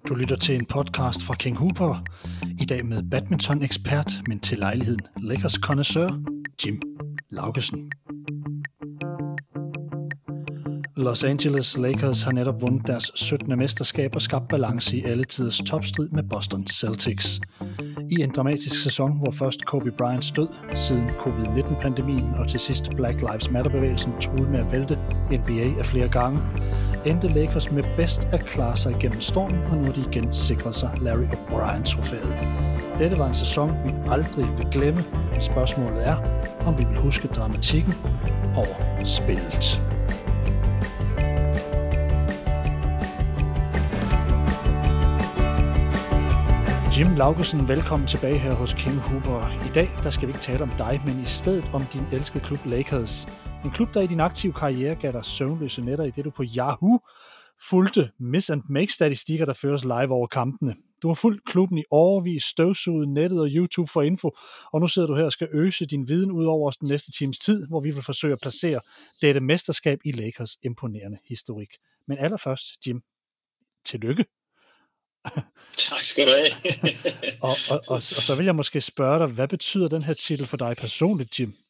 Du lytter til en podcast fra King Hooper. I dag med badminton-ekspert, men til lejligheden Lakers connoisseur, Jim Laugesen. Los Angeles Lakers har netop vundet deres 17. mesterskab og skabt balance i alle tiders topstrid med Boston Celtics. I en dramatisk sæson, hvor først Kobe Bryants død, siden covid-19-pandemien og til sidst Black Lives Matter-bevægelsen truede med at vælte NBA af flere gange, endte Lakers med bedst at klare sig igennem stormen, og nu har de igen sikret sig Larry O'Brien-trofæet. Dette var en sæson, vi aldrig vil glemme, men spørgsmålet er, om vi vil huske dramatikken over spillet. Jim Laugesen, velkommen tilbage her hos King Hooper. I dag der skal vi ikke tale om dig, men i stedet om din elskede klub Lakers. En klub, der i din aktive karriere gav dig søvnløse nætter, i det du på Yahoo fulgte miss and make statistikker, der føres live over kampene. Du har fulgt klubben i årevis, støvsuget nettet og YouTube for info, og nu sidder du her og skal øse din viden ud over os den næste times tid, hvor vi vil forsøge at placere dette mesterskab i Lakers imponerende historik. Men allerførst, Jim, tillykke. Tak skal du have. og så vil jeg måske spørge dig, hvad betyder den her titel for dig personligt, Jim?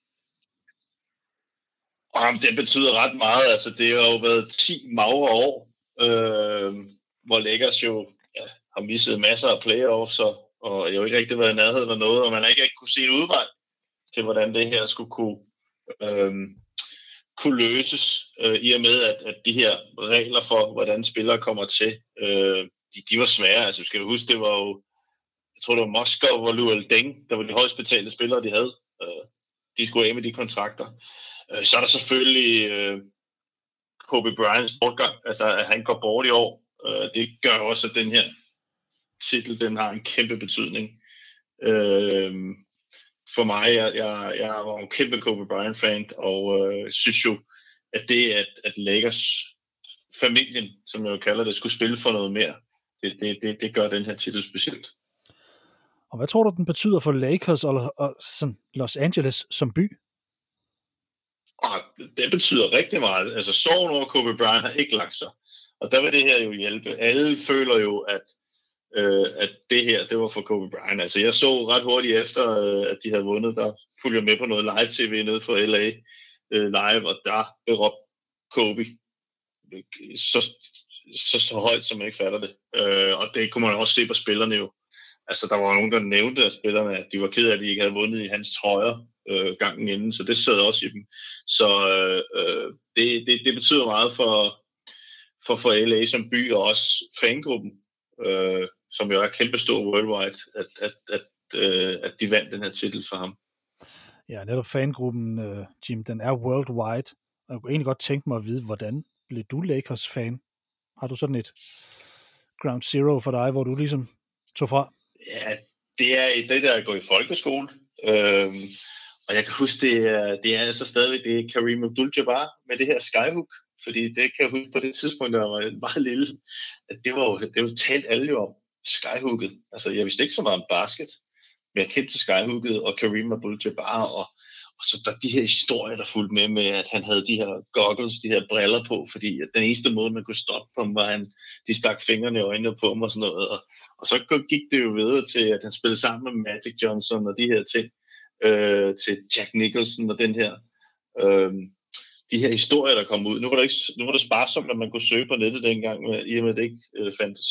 Det betyder ret meget. Altså, det har jo været 10 magre år, hvor Lakers jo har misset masser af playoffs, og jo ikke rigtig været i nærheden af noget, og man har ikke rigtig kunne se en udvej til, hvordan det her skulle kunne løses, i og med, at de her regler for, hvordan spillere kommer til, de var svære. Altså, skal du huske, det var jo, jeg tror det var Moskov og Luol Deng, der var de højst betalte spillere, de havde. De skulle af med de kontrakter. Så er der selvfølgelig Kobe Bryants bortgang, altså at han går bort i år. Det gør også, at den her titel, den har en kæmpe betydning. For mig, jeg var en kæmpe Kobe Bryant-fan, og synes jo, at det, at Lakers familien, som jeg jo kalder det, skulle spille for noget mere, det gør den her titel specielt. Og hvad tror du, den betyder for Lakers og Los Angeles som by? Det betyder rigtig meget. Altså, sorgen over Kobe Bryant har ikke lagt sig. Og der vil det her jo hjælpe. Alle føler jo, at det her, det var for Kobe Bryant. Altså, jeg så ret hurtigt efter, at de havde vundet, der fulgte jeg med på noget live-tv nede fra LA live, og der beråbte Kobe så højt, som jeg ikke fatter det. Og det kunne man også se på spillerne jo. Altså, der var nogen, der nævnte af spillerne, at de var ked af, at de ikke havde vundet i hans trøjer gangen inden, så det sad også i dem. Så det betyder meget for LA som by, og også fangruppen, som jo er kæmpestor worldwide, at de vandt den her titel for ham. Ja, netop fangruppen, Jim, den er worldwide. Og jeg kunne egentlig godt tænke mig at vide, hvordan blev du Lakers-fan? Har du sådan et ground zero for dig, hvor du ligesom tog fra? Ja, det er det der at gå i folkeskole. Og jeg kan huske, det er altså stadigvæk det er Kareem Abdul-Jabbar med det her skyhook. Fordi det kan jeg huske på det tidspunkt, der var meget lille, at det var talt alle jo om skyhooket. Altså, jeg vidste ikke så meget om basket, men jeg kendte til skyhooket og Kareem Abdul-Jabbar, og så der de her historier, der fulgte med, at han havde de her goggles, de her briller på, fordi at den eneste måde, man kunne stoppe ham, var de stak fingrene i øjnene på ham og sådan noget. Og så gik det jo videre til, at han spillede sammen med Magic Johnson og de her ting, til Jack Nicholson og den her, de her historier, der kom ud. Nu var det sparsomt, at man kunne søge på nettet dengang, i og med det ikke fandtes.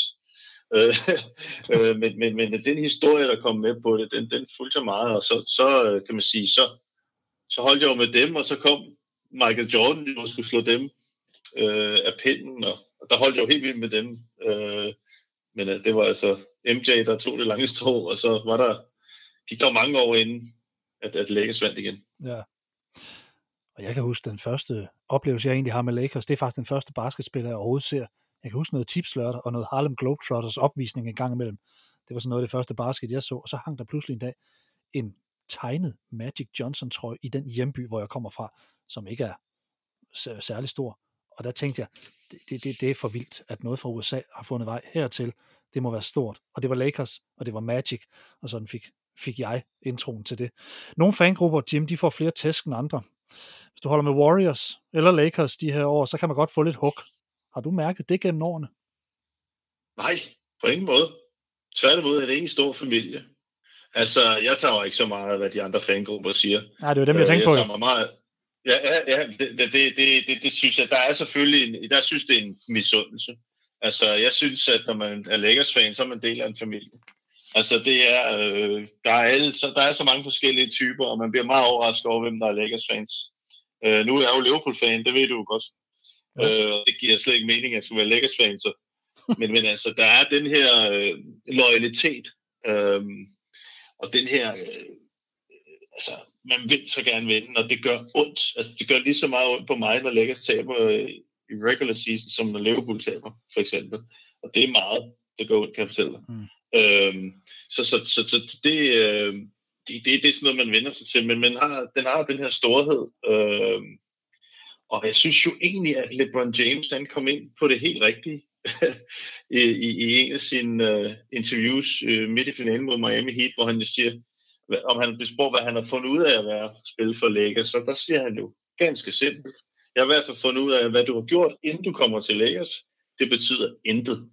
Men den historie, der kom med på det, den fulgte jeg meget, og så kan man sige, så holdt jeg jo med dem, og så kom Michael Jordan, og skulle slå dem af pinden, og der holdt jeg jo helt vildt med dem. Men det var altså MJ, der tog det lange strå, og så gik der mange år inden, at Lakers vandt igen. Ja. Og jeg kan huske, den første oplevelse, jeg egentlig har med Lakers, det er faktisk den første basketspiller, jeg overhovedet ser. Jeg kan huske noget tipslørdag og noget Harlem Globetrotters opvisning en gang imellem. Det var sådan noget af det første basket, jeg så, og så hang der pludselig en dag en tegnet Magic Johnson-trøje i den hjemby, hvor jeg kommer fra, som ikke er særlig stor. Og der tænkte jeg, det er for vildt, at noget fra USA har fundet vej hertil. Det må være stort. Og det var Lakers, og det var Magic, og sådan fik jeg introen til det. Nogle fangrupper, Jim, de får flere tæsk end andre. Hvis du holder med Warriors eller Lakers de her år, så kan man godt få lidt hug. Har du mærket det gennem årene? Nej, På ingen måde. Tværtimod er det en stor familie. Altså, jeg tager jo ikke så meget, hvad de andre fangrupper siger. Nej, det er jo dem, jeg tænker på. Jeg tager mig meget... Ja, det synes jeg. Der er selvfølgelig... Der synes det er en misundelse. Altså, jeg synes, at når man er Lakers-fan, så er man del af en familie. Altså, det er... Der er så mange forskellige typer, og man bliver meget overrasket over, hvem der er Lakers-fans. Nu er jeg jo Liverpool-fan, det ved du jo godt. Ja. Det giver slet ikke mening, at jeg skal være Lakers-fan, så... men altså, der er den her loyalitet, og den her, altså, man vil så gerne vinde, og det gør ondt. Altså, det gør lige så meget ondt på mig, når Lakers taber i regular season, som når Liverpool taber, for eksempel. Og det er meget, det gør ondt, kan jeg fortælle dig. Så det er sådan noget, man vender sig til, men den har den her storhed. Og jeg synes jo egentlig, at LeBron James, han kom ind på det helt rigtige. I en af sine interviews midt i finalen mod Miami Heat, hvor han siger, om han bliver spurgt, hvad han har fundet ud af at være spille for Lakers, så der siger han jo ganske simpelt. Jeg har i hvert fald fundet ud af, hvad du har gjort, inden du kommer til Lakers. Det betyder intet.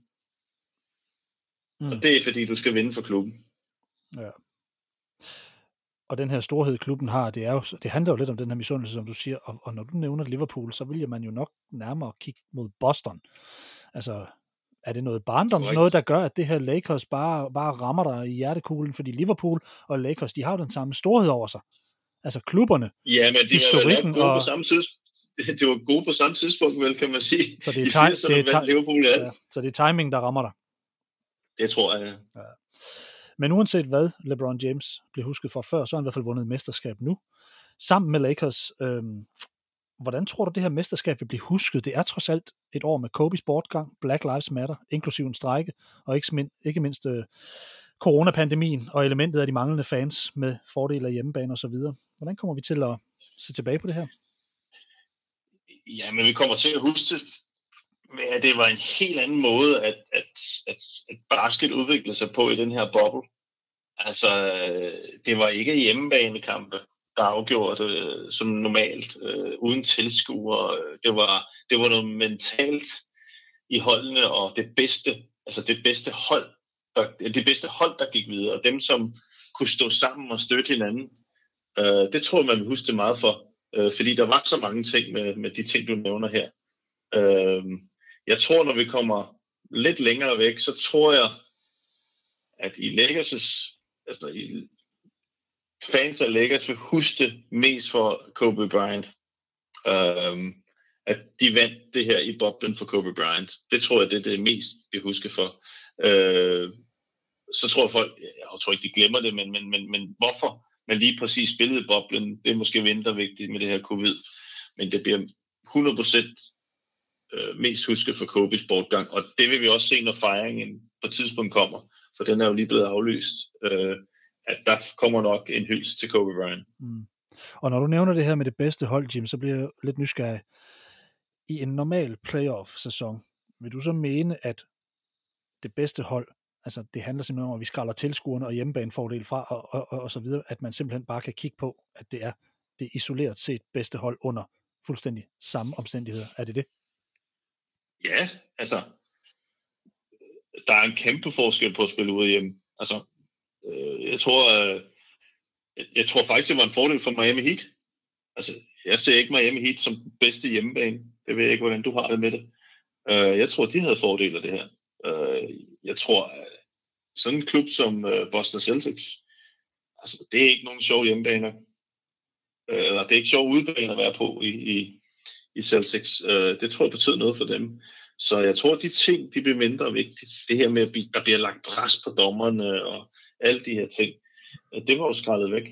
Og det er, fordi du skal vinde for klubben. Ja. Og den her storhed, klubben har, det handler jo lidt om den her misundelse, som du siger, og når du nævner Liverpool, så vil man jo nok nærmere kigge mod Boston. Altså, er det noget barndoms, noget, der gør, at det her Lakers bare rammer dig i hjertekuglen? Fordi Liverpool og Lakers, de har jo den samme storhed over sig. Altså klubberne, ja, men historikken de var gode på samme tidspunkt. Det var gode på samme tidspunkt, vel, kan man sige. Så det er, Liverpool, ja. Så det er timing, der rammer dig. Det tror jeg, ja. Men uanset hvad LeBron James blev husket for før, så har han i hvert fald vundet et mesterskab nu. Sammen med Lakers. Hvordan tror du, det her mesterskab vil blive husket? Det er trods alt et år med Kobes bortgang, Black Lives Matter, inklusive en strejke, og ikke mindst coronapandemien og elementet af de manglende fans med fordele af hjemmebane og så videre. Hvordan kommer vi til at se tilbage på det her? Ja, men vi kommer til at huske det, at det var en helt anden måde, at basket udviklede sig på i den her boble. Altså, det var ikke hjemmebanekampe, der afgjorde som normalt, uden tilskuere. Det var noget mentalt i holdene, og det bedste hold, der gik videre, og dem, som kunne stå sammen og støtte hinanden. Det tror jeg, man vil huske det meget for, fordi der var så mange ting med de ting, du nævner her. Jeg tror, når vi kommer lidt længere væk, så tror jeg, at i Lakers' fans af Lakers vil huske det mest for Kobe Bryant. At de vandt det her i boblen for Kobe Bryant. Det tror jeg, det er det mest, vi husker for. Så tror folk, jeg tror ikke, de glemmer det, men hvorfor man lige præcis spillede i boblen, det er måske mindre vigtigt med det her covid. Men det bliver 100% mest husket for Kobes bortgang, og det vil vi også se, når fejringen på tidspunkt kommer, for den er jo lige blevet aflyst, at der kommer nok en hyldest til Kobe Bryant. Og når du nævner det her med det bedste hold, Jim, så bliver jeg lidt nysgerrig. I en normal playoff-sæson, vil du så mene, at det bedste hold, altså det handler simpelthen om, at vi skralder tilskuerne og hjemmebanefordel fra, og så videre, at man simpelthen bare kan kigge på, at det er det isoleret set bedste hold under fuldstændig samme omstændigheder. Er det det? Ja, altså, der er en kæmpe forskel på at spille ude hjemme. Altså, jeg tror faktisk, det var en fordel for Miami Heat. Altså, jeg ser ikke Miami Heat som bedste hjemmebane. Det ved jeg ikke, hvordan du har det med det. Jeg tror, de havde fordel af det her. Jeg tror, sådan en klub som Boston Celtics, altså, det er ikke nogen sjov hjemmebaner. Eller det er ikke sjov udebane at være på i Celtics. Det tror jeg betyder noget for dem. Så jeg tror, de ting, de bliver mindre vigtigt. Det her med, at der bliver lagt pres på dommerne og alle de her ting, det var jo skrællet væk.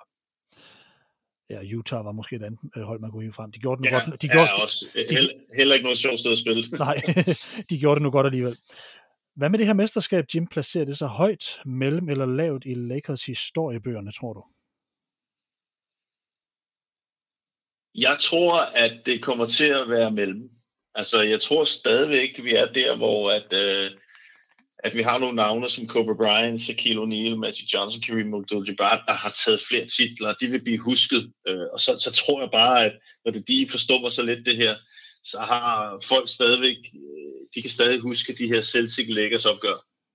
Ja, Utah var måske et andet hold, man kunne hive frem. De gjorde det nu heller ikke noget sjovt sted at spille. Nej, de gjorde det nu godt alligevel. Hvad med det her mesterskab, Jim, placerer det så højt, mellem eller lavt i Lakers historiebøgerne, tror du? Jeg tror, at det kommer til at være mellem. Altså, jeg tror stadigvæk, vi er der, hvor at vi har nogle navne som Kobe Bryant, Shaquille O'Neal, Magic Johnson, Kareem Abdul-Jabbar, der har taget flere titler, de vil blive husket. Og så tror jeg bare, at når de forstummer så lidt det her, så har folk stadigvæk, de kan stadig huske de her Celtic Lakers opgør.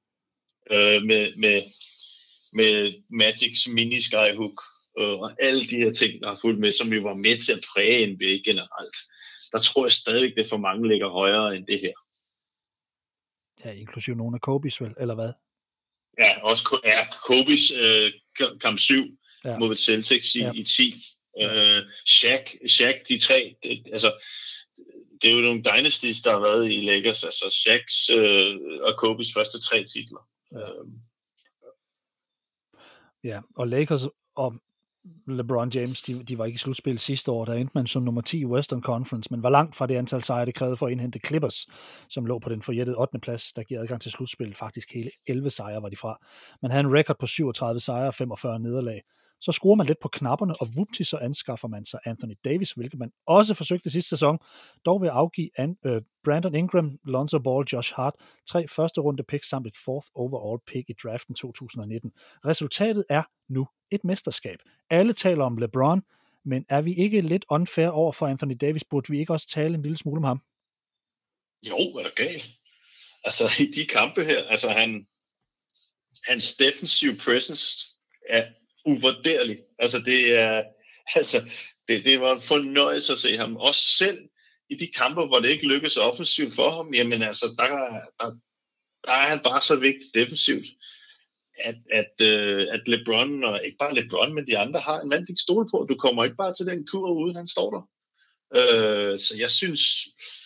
med Magics mini skyhook og alle de her ting, der har fulgt med, som jo var med til at præge NBA generelt. Der tror jeg stadigvæk, det for mange ligger højere end det her. Ja, inklusive nogle af Kobe's vel, eller hvad? Ja, også Kobe's kamp 7 mod Celtics i 10. Shaq, de tre, det er jo nogle dynasties, der har været i Lakers, altså Shaq's og Kobe's første 3 titler. Ja, og Lakers og LeBron James, de var ikke i slutspil sidste år, der endte man som nummer 10 i Western Conference, men var langt fra det antal sejre, det krævede for at indhente Clippers, som lå på den forjættede 8. plads, der giver adgang til slutspil. Faktisk hele 11 sejre var de fra. Man havde en record på 37 sejre og 45 nederlag. Så skruer man lidt på knapperne, og vupti, så anskaffer man sig Anthony Davis, hvilket man også forsøgte sidste sæson, dog ved at afgive Brandon Ingram, Lonzo Ball, Josh Hart, 3 første runde picks samt et 4th overall pick i draften 2019. Resultatet er nu et mesterskab. Alle taler om LeBron, men er vi ikke lidt unfair over for Anthony Davis? Burde vi ikke også tale en lille smule om ham? Jo, er det galt. Altså i de kampe her, altså hans defensive presence er uvurderlig. Altså det var en fornøjelse at se ham. Også selv i de kampe, hvor det ikke lykkedes offensivt for ham, jamen altså, der er han bare så vigtig defensivt, at LeBron, og ikke bare LeBron, men de andre har en vandig stol på. Du kommer ikke bare til den kur, uden han står der. Så jeg synes,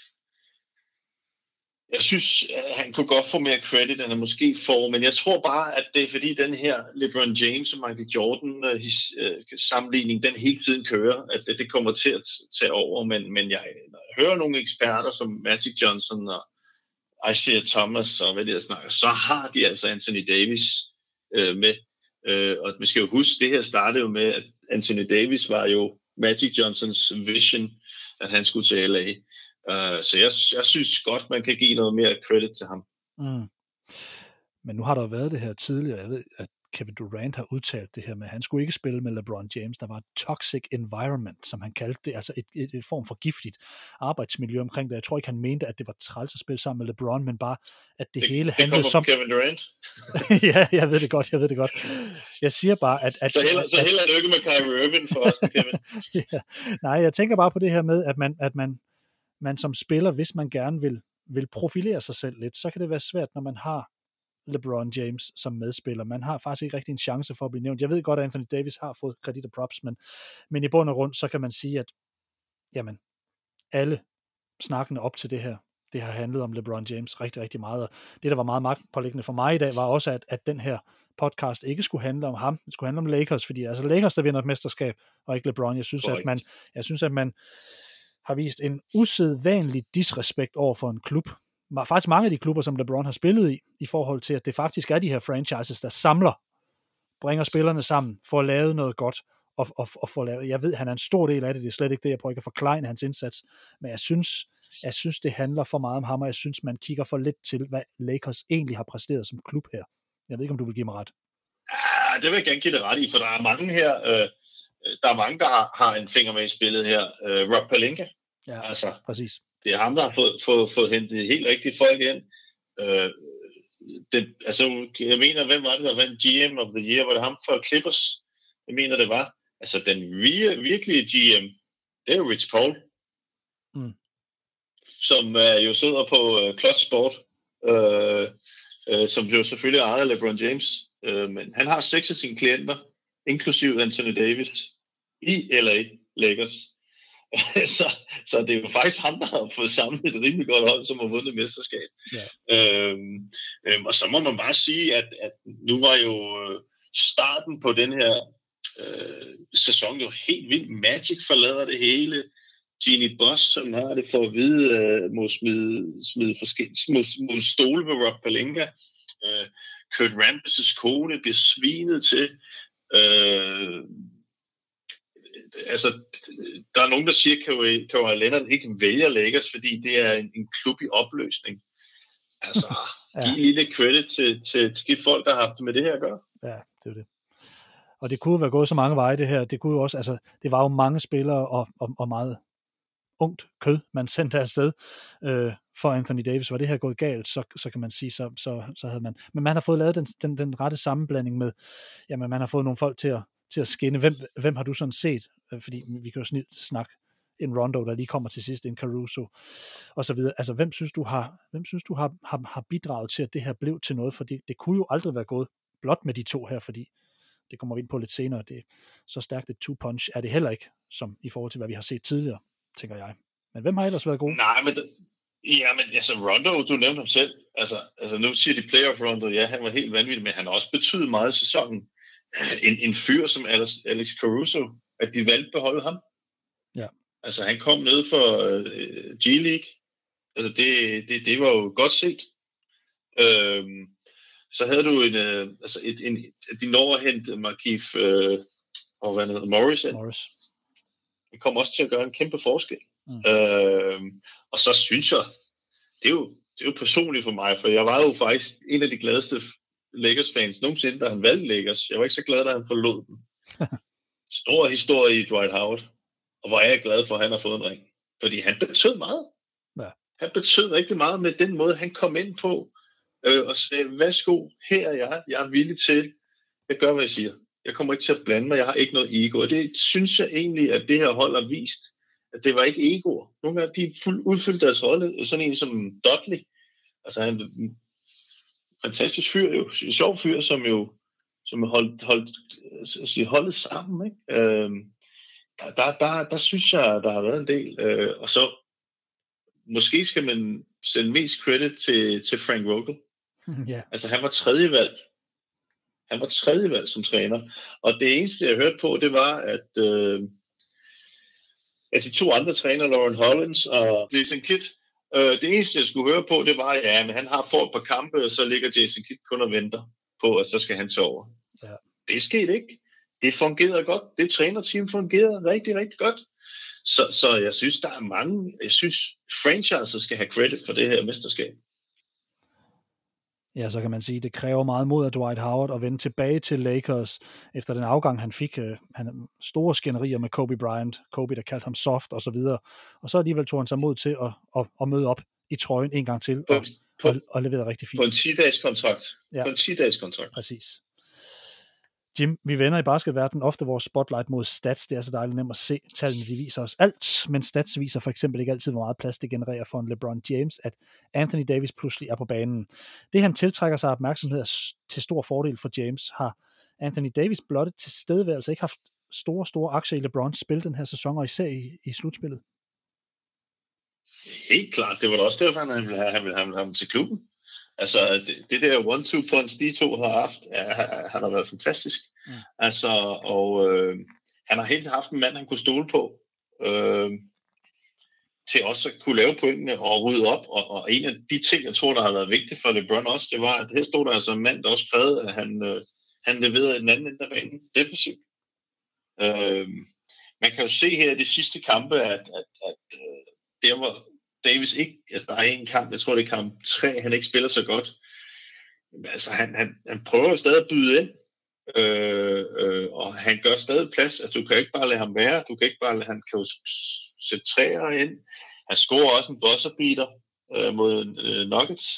at han kunne godt få mere credit, end han måske får, men jeg tror bare, at det er fordi den her LeBron James og Michael Jordan sammenligning, den hele tiden kører, at det kommer til at tage over, men jeg hører nogle eksperter som Magic Johnson og Isaiah Thomas og hvad det snakker, så har de altså Anthony Davis med. Og vi skal jo huske, det her startede jo med, at Anthony Davis var jo Magic Johnsons vision, at han skulle til LA. Så jeg synes godt, man kan give noget mere credit til ham. Mm. Men nu har der jo været det her tidligere. Jeg ved, at Kevin Durant har udtalt det her med, at han skulle ikke spille med LeBron James. Der var et toxic environment, som han kaldte det, altså et form for giftigt arbejdsmiljø omkring det. Jeg tror ikke, han mente, at det var træls at spille sammen med LeBron, men bare, at det hele handlede som... Kevin Durant? Ja, jeg ved det godt. Jeg siger bare, at så heller er det ikke med Kyrie Irving for os, Kevin. Ja. Nej, jeg tænker bare på det her med, at man som spiller, hvis man gerne vil profilere sig selv lidt, så kan det være svært, når man har LeBron James som medspiller. Man har faktisk ikke rigtig en chance for at blive nævnt. Jeg ved godt, at Anthony Davis har fået kredit og props, men i bund og grund, så kan man sige, at jamen, alle snakkene op til det her, det har handlet om LeBron James rigtig, rigtig meget. Og det, der var meget magtpåliggende for mig i dag, var også, at den her podcast ikke skulle handle om ham. Det skulle handle om Lakers, fordi altså Lakers, der vinder et mesterskab, og ikke LeBron. Jeg synes, at man har vist en usædvanlig disrespekt over for en klub. Faktisk mange af de klubber, som LeBron har spillet i forhold til, at det faktisk er de her franchises, der bringer spillerne sammen, for at lave noget godt, og for at lave, jeg ved, han er en stor del af det, det er slet ikke det, jeg prøver ikke at forklejne hans indsats, men jeg synes, det handler for meget om ham, og jeg synes, man kigger for lidt til, hvad Lakers egentlig har præsteret som klub her. Jeg ved ikke, om du vil give mig ret. Ja, det vil jeg gerne give det ret i, for der er mange her, der har en finger med i spillet her. Rob Pelinka. Ja, altså, præcis. Det er ham, der har fået hentet helt rigtige folk ind. Jeg mener, hvem var det, der vandt GM of the Year? Var det ham for Clippers? Jeg mener, det var. Altså, den virkelige GM, det er Rich Paul. Som jo sidder på Clutch Sport, som jo selvfølgelig ejer LeBron James. Men han har 6 af sine klienter, inklusive Anthony Davis, i LA Lakers. så det er jo faktisk ham, der har fået samlet et rimelig godt hold, som har vundet mesterskab. Yeah. Og så må man bare sige, at nu var jo starten på den her sæson jo helt vildt. Magic forlader det hele. Jeannie Buss, som har det for at vide, må smide stole på Rob Pelinka. Kurt Rambis' kone bliver svinet til. Altså, der er nogen, der siger, at Kawhi Leonard ikke vælger Lakers, fordi det er en klub i opløsning. Altså, giv lille credit til de folk, der har haft med det her at gøre. Ja, det er det. Og det kunne være gået så mange veje, det her. Det kunne jo også, altså, det var jo mange spillere og meget ungt kød, man sendte afsted for Anthony Davis. Var det her gået galt, så kan man sige, så havde man... Men man har fået lavet den rette sammenblanding med, jamen man har fået nogle folk til at skinne. Hvem har du sådan set? Fordi vi kan jo snakke en Rondo, der lige kommer til sidst, en Caruso, og så videre. Altså, hvem synes du har bidraget til, at det her blev til noget? For det kunne jo aldrig være gået blot med de to her, fordi det kommer vi ind på lidt senere. Det er så stærkt et two-punch er det heller ikke, som i forhold til, hvad vi har set tidligere, tænker jeg. Men hvem har ellers været god? Nej, men altså Rondo, du nævnte ham selv. Altså nu siger de playoff Rondo, ja, han var helt vanvittig, men han har også betydet meget i sæsonen. En fyr som Alex Caruso, at de valgte at beholde ham. Ja. Altså han kom ned for G-League. Altså det var jo godt set. Så havde du de når at hente Markieff og hvad hedder Morris. Det kom også til at gøre en kæmpe forskel. Og så synes jeg, det er jo personligt for mig, for jeg var jo faktisk en af de gladeste Lakers-fans nogensinde, da han valgte Lakers. Jeg var ikke så glad, da han forlod dem. Stor historie i Dwight Howard, og hvor er jeg glad for, at han har fået en ring. Fordi han betød meget. Ja. Han betød rigtig meget med den måde, han kom ind på, og sagde, værsgo, her er jeg er villig til, jeg gør, hvad jeg siger. Jeg kommer ikke til at blande mig, jeg har ikke noget ego. Og det synes jeg egentlig, at det her hold har vist, at det var ikke egoer. Nogle af de udfyldte deres rolle, sådan en som Dudley, altså han en fantastisk fyr, jo, en sjov fyr, som holdt sammen, ikke? Der synes jeg, der har været en del. Og så måske skal man sende mest credit til Frank Vogel. Yeah. Altså han var tredje valg. Han var tredje valg som træner. Og det eneste, jeg hørte på, det var, at de to andre trænere, Lauren Hollins og Jason Kidd, det eneste, jeg skulle høre på, det var, ja, men han har fået et par kampe, og så ligger Jason Kidd kun og venter på, at så skal han tage over. Ja. Det skete ikke. Det fungerede godt. Det trænerteam fungerede rigtig, rigtig godt. Så jeg synes, der er mange... Jeg synes, franchises skal have credit for det her mesterskab. Ja, så kan man sige, det kræver meget mod af Dwight Howard at vende tilbage til Lakers efter den afgang, han fik. Han store skænderier med Kobe Bryant. Kobe, der kaldte ham soft og så videre. Og så alligevel tog han sig mod til at møde op i trøjen en gang til og leverede rigtig fint. På en 10-dages kontrakt. Ja. På en 10-dages kontrakt. Præcis. Jim, vi vender i basketverdenen ofte vores spotlight mod stats. Det er så dejligt nemt at se. Tallene de viser os alt, men stats viser for eksempel ikke altid, hvor meget plads det genererer for en LeBron James, at Anthony Davis pludselig er på banen. Det han tiltrækker sig opmærksomhed til stor fordel for James, har Anthony Davis blottet til stedværelse ikke haft store aktier i LeBrons spil den her sæson, og især i slutspillet. Helt klart. Det var da også derfor, han ville have ham til klubben. Altså, det der 1-2 punch, de to har haft, han har været fantastisk. Altså, og han har helt haft en mand, han kunne stole på, til også at kunne lave pointene og rydde op. Og en af de ting, jeg tror, der har været vigtigt for LeBron også, det var, at her stod der altså en mand, der også krævede, at han leverede den anden ende af banen defensivt. Man kan jo se her i de sidste kampe, at der var Davis ikke, altså der er en kamp, jeg tror det er kamp 3, han ikke spiller så godt. Altså han prøver stadig at byde ind, og han gør stadig plads, at du kan ikke bare lade ham være, du kan ikke bare lade, han kan jo sætte træer ind. Han scorer også en buzzerbeater mod Nuggets.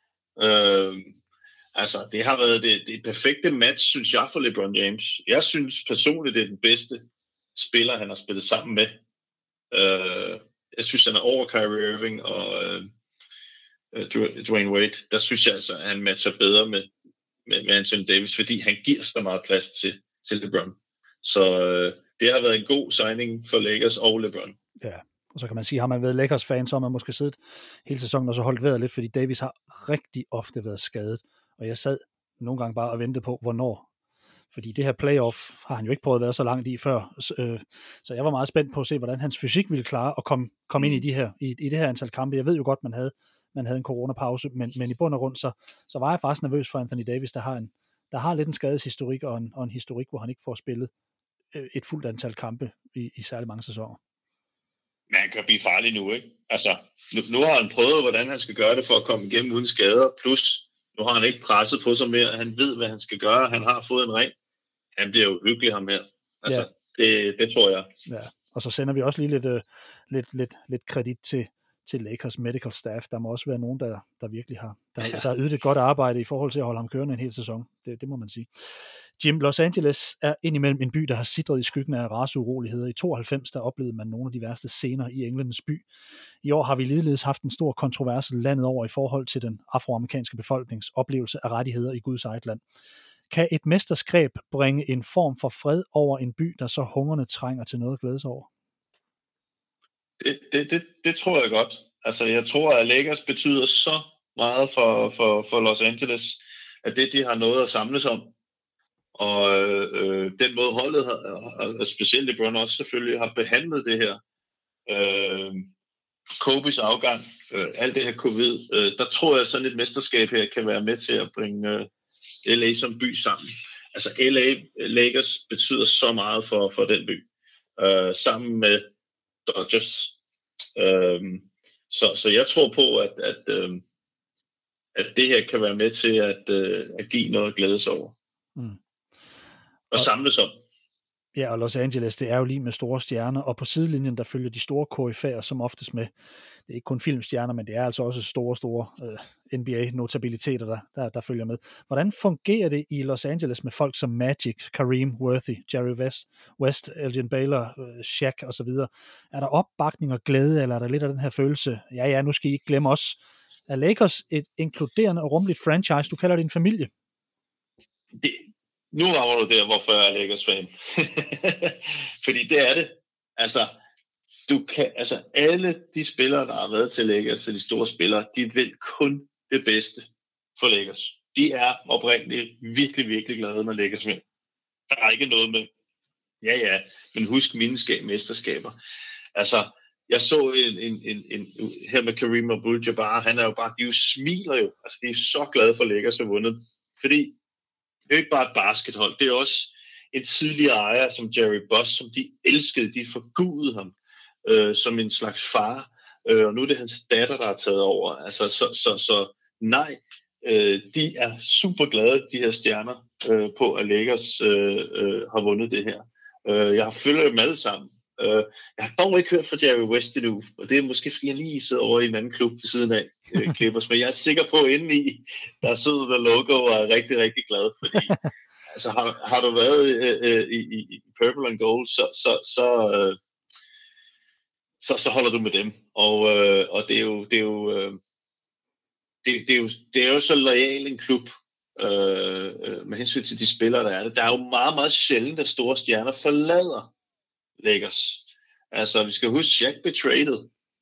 Altså det har været det perfekte match, synes jeg, for LeBron James. Jeg synes personligt, det er den bedste spiller, han har spillet sammen med. Jeg synes, han er over Kyrie Irving og Dwayne Wade. Der synes jeg altså, at han matcher bedre med Anthony Davis, fordi han giver så meget plads til LeBron. Så det har været en god signing for Lakers og LeBron. Ja, og så kan man sige, har man været Lakers-fan, så har man måske siddet hele sæsonen og så holdt vejret lidt, fordi Davis har rigtig ofte været skadet. Og jeg sad nogle gange bare og ventede på, hvornår. Fordi det her playoff har han jo ikke prøvet at være så langt i før. Så jeg var meget spændt på at se, hvordan hans fysik ville klare at komme ind i det her antal kampe. Jeg ved jo godt, man havde en coronapause, men i bund og grund, så var jeg faktisk nervøs for Anthony Davis, der har lidt en skadeshistorik og en historik, hvor han ikke får spillet et fuldt antal kampe i særlig mange sæsoner. Men han kan blive farlig nu, ikke? Altså, nu har han prøvet, hvordan han skal gøre det for at komme igennem uden skader, plus nu har han ikke presset på sig mere. Han ved, hvad han skal gøre. Han har fået en ring. Han bliver jo hyggelig ham her. Altså, det tror jeg. Ja, Og så sender vi også lige lidt kredit til Lakers medical staff. Der må også være nogen, der virkelig har ydet et godt arbejde i forhold til at holde ham kørende en hel sæson. Det må man sige. Jim, Los Angeles er indimellem en by, der har sidret i skyggen af raceuroligheder. I 92 der oplevede man nogle af de værste scener i Englands by. I år har vi ligeledes haft en stor kontrovers landet over i forhold til den afroamerikanske befolknings oplevelse af rettigheder i Guds eget land. Kan et mesterskab bringe en form for fred over en by, der så hungrende trænger til noget at glæde sig over? Det tror jeg godt. Altså, jeg tror, at Lakers betyder så meget for Los Angeles, at de har noget at samles om. Og den måde holdet har, og specielt LeBron også selvfølgelig, har behandlet det her. Kobes afgang, alt det her covid, der tror jeg, at sådan et mesterskab her kan være med til at bringe LA som by sammen. Altså Lakers betyder så meget for den by. Sammen med Dodgers. Så jeg tror på, at det her kan være med til at give noget glæde sig over. Og samles om. Ja, og Los Angeles, det er jo lige med store stjerner, og på sidelinjen, der følger de store koryfæer, som oftest med, det er ikke kun filmstjerner, men det er altså også store NBA-notabiliteter, der følger med. Hvordan fungerer det i Los Angeles med folk som Magic, Kareem, Worthy, Jerry West, Elgin Baylor, Shaq osv.? Er der opbakning og glæde, eller er der lidt af den her følelse, ja, nu skal I ikke glemme os? Er Lakers et inkluderende og rummeligt franchise? Du kalder det en familie. Nu rammer du der, hvorfor jeg er Lakers fan. Fordi det er det. Altså, alle de spillere, der har været til Lakers, de store spillere, de vil kun det bedste for Lakers. De er oprindeligt virkelig, virkelig glade, når Lakers vinder. Der er ikke noget med, ja, men husk mine mesterskaber. Altså, jeg så en her med Kareem Abdul-Jabbar, han er jo bare, de jo smiler jo. Altså, de er så glade for Lakers at have vundet. Fordi det er jo ikke bare et baskethold, det er også en tidligere ejer som Jerry Buss, som de elskede, de forgudede ham som en slags far, og nu er det hans datter, der har taget over. Altså, så nej, de er super glade, de her stjerner, på at Lakers har vundet det her. Jeg har følgt dem alle sammen. Jeg har dog ikke hørt fra Jerry West endnu, og det er måske fordi jeg lige sidder over i en anden klub ved siden af Clippers, men jeg er sikker på, at indeni der sidder der logo og er rigtig, rigtig glad, fordi altså, har du været i Purple and Gold, så holder du med dem, og det er jo så loyal en klub med hensyn til de spillere, der er det. Der er jo meget, meget sjældent, at store stjerner forlader Lakers. Altså, vi skal huske, Shaq blev traded.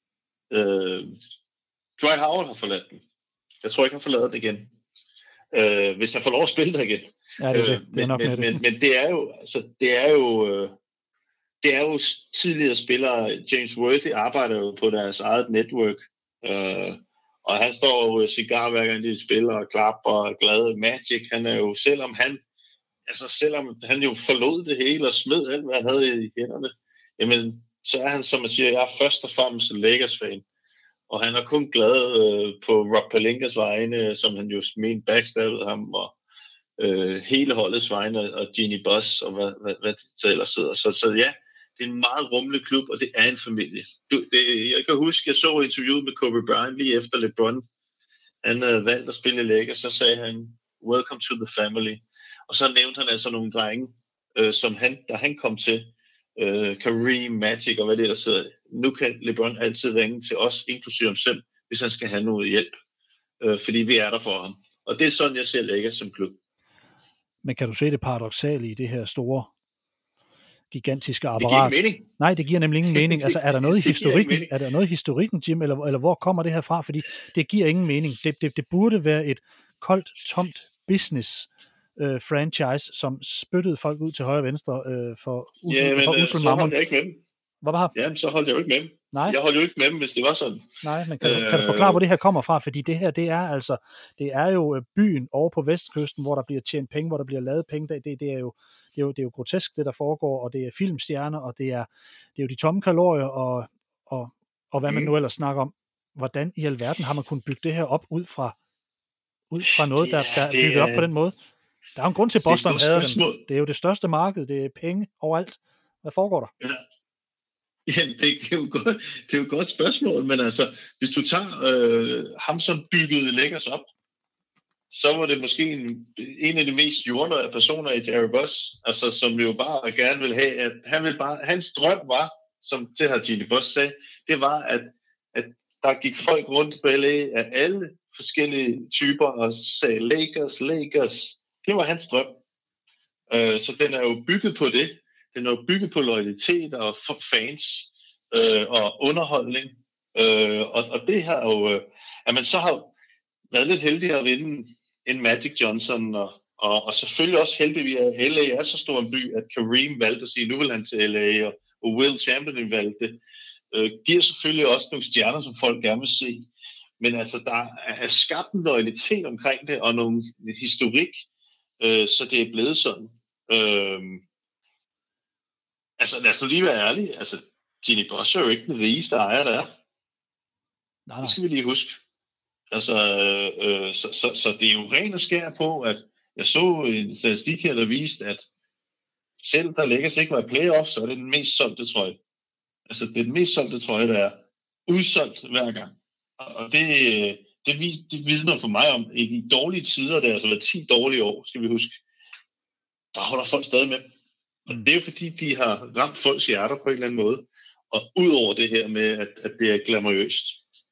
Dwight Howard har forladt den. Jeg tror ikke, han forlader den igen. Hvis han får lov at spille der igen. Ja, det er nok med det. Men det er jo, altså, det er jo tidligere spillere. James Worthy arbejder jo på deres eget network. Og han står jo cigar hver gang de spiller og klapper og er glad. Magic, han er jo, selvom han jo forlod det hele og smed alt, hvad han havde i hænderne, jamen, så er han, som man siger, jeg er først og fremmest en Lakers-fan. Og han er kun glad på Rob Pelinkas vegne, som han jo mente backstabbede ham, og hele holdets vegne, og Jeannie Buss, og hvad de så ellers sidder. Så ja, det er en meget rummelig klub, og det er en familie. Jeg kan huske, jeg så interviewet med Kobe Bryant lige efter LeBron. Han havde valgt at spille i Lakers, så sagde han, welcome to the family. Og så nævnte han altså nogle drenge, som da han kom til, Kareem, Magic og hvad det ellers hedder. Nu kan LeBron altid ringe til os, inklusive ham selv, hvis han skal have noget hjælp. Fordi vi er der for ham. Og det er sådan, jeg ser Lakers som klub. Men kan du se det paradoksale i det her store, gigantiske apparat? Det giver ikke mening. Nej, det giver nemlig ingen mening. Altså, er der noget i historikken, Jim, eller hvor kommer det her fra? Fordi det giver ingen mening. Det burde være et koldt, tomt business franchise, som spyttede folk ud til højre og venstre for usel mammon. Så holdt jeg ikke med dem. Jamen, så holdt jeg jo ikke med dem. Nej. Jeg holdt jo ikke med dem, hvis det var sådan. Nej, men kan du forklare, hvor det her kommer fra? Fordi det her, det er jo byen over på vestkysten, hvor der bliver tjent penge, hvor der bliver lavet penge. Det er jo grotesk, det der foregår, og det er filmstjerner, og det er jo de tomme kalorier, og hvad man nu ellers snakker om. Hvordan i alverden har man kunnet bygge det her op ud fra noget, der er bygget op på den måde? Der er jo en grund til, at Boston havde dem. Det er jo det største marked, det er penge overalt. Hvad foregår der? Ja. Jamen, det er jo et godt spørgsmål, men altså, hvis du tager ham, som byggede Lakers op, så var det måske en af de mest jordnære personer i Jerry Buss, altså som jo bare gerne vil have, at hans drøm var, som det har Jeannie Buss sagde, det var, at der gik folk rundt på LA af alle forskellige typer og sagde Lakers. Det var hans drøm. Så den er jo bygget på det. Den er jo bygget på loyalitet og fans og underholdning. Og det har jo, at man så har været lidt heldig at vinde en Magic Johnson, og selvfølgelig også heldig, at LA er så stor en by, at Kareem valgte at sige, nu vil han til LA, og Will Chamberlain valgte. Giver selvfølgelig også nogle stjerner, som folk gerne vil se. Men altså, der er skabt en loyalitet omkring det, og nogle historik, så det er blevet sådan. Altså, lad os nu lige være ærlige. Altså, Jeannie Buss er jo ikke den rigeste ejer, der er. Nej. Det skal vi lige huske. Altså, så det er jo ren og skær på, at jeg så en statistik her, der viste, at selv der Lakers ikke var i playoff, så er det den mest solgte trøje. Altså, det er den mest solgte trøje, der er udsolgt hver gang. Og det vidner for mig om, i dårlige tider, der altså været 10 dårlige år, skal vi huske, der holder folk stadig med. Og det er jo fordi, de har ramt folks hjerter på en eller anden måde. Og ud over det her med, at det er glamourøst.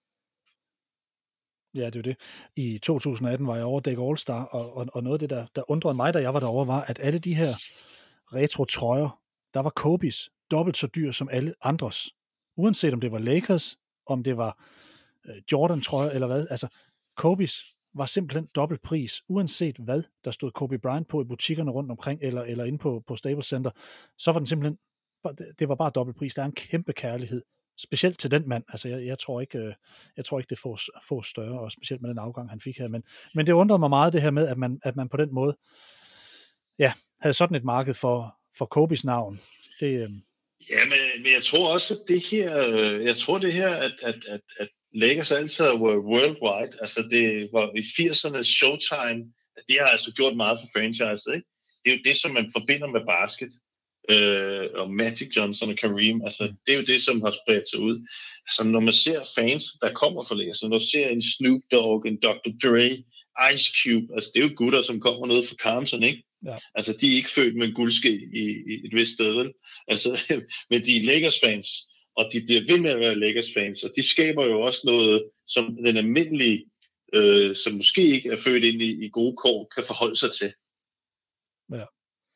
Ja, det er det. I 2018 var jeg over Dæk All-Star, og noget af det, der undrede mig, da jeg var derovre, var, at alle de her retro-trøjer, der var Kobe's dobbelt så dyr som alle andres. Uanset om det var Lakers, om det var Jordan-trøjer eller hvad. Altså, Kobe's var simpelthen dobbelt pris, uanset hvad der stod Kobe Bryant på i butikkerne rundt omkring, eller inde på Staples Center, så var den simpelthen, det var bare dobbelt pris. Der er en kæmpe kærlighed, specielt til den mand. Altså, jeg tror ikke, det får større, og specielt med den afgang, han fik her. Men det undrede mig meget, det her med, at man på den måde, ja, havde sådan et marked for Kobe's navn. Ja, men jeg tror også, at det her, at Lakers altid var worldwide. Altså, det var i 80'erne Showtime. Det har altså gjort meget for franchiset, ikke? Det er jo det, som man forbinder med basket. Og Magic Johnson og Kareem. Altså, det er jo det, som har spredt sig ud. Altså, når man ser fans, der kommer fra Lakers, når man ser en Snoop Dogg, en Dr. Dre, Ice Cube, altså, det er jo gutter, som kommer ned fra Compton, ikke? Ja. Altså, de er ikke født med en guldske i et vist sted, vel? Altså, men de er Lakers-fans, og de bliver ved med at være Lakers-fans, og de skaber jo også noget, som den almindelige, som måske ikke er født ind i gode kår, kan forholde sig til. Ja.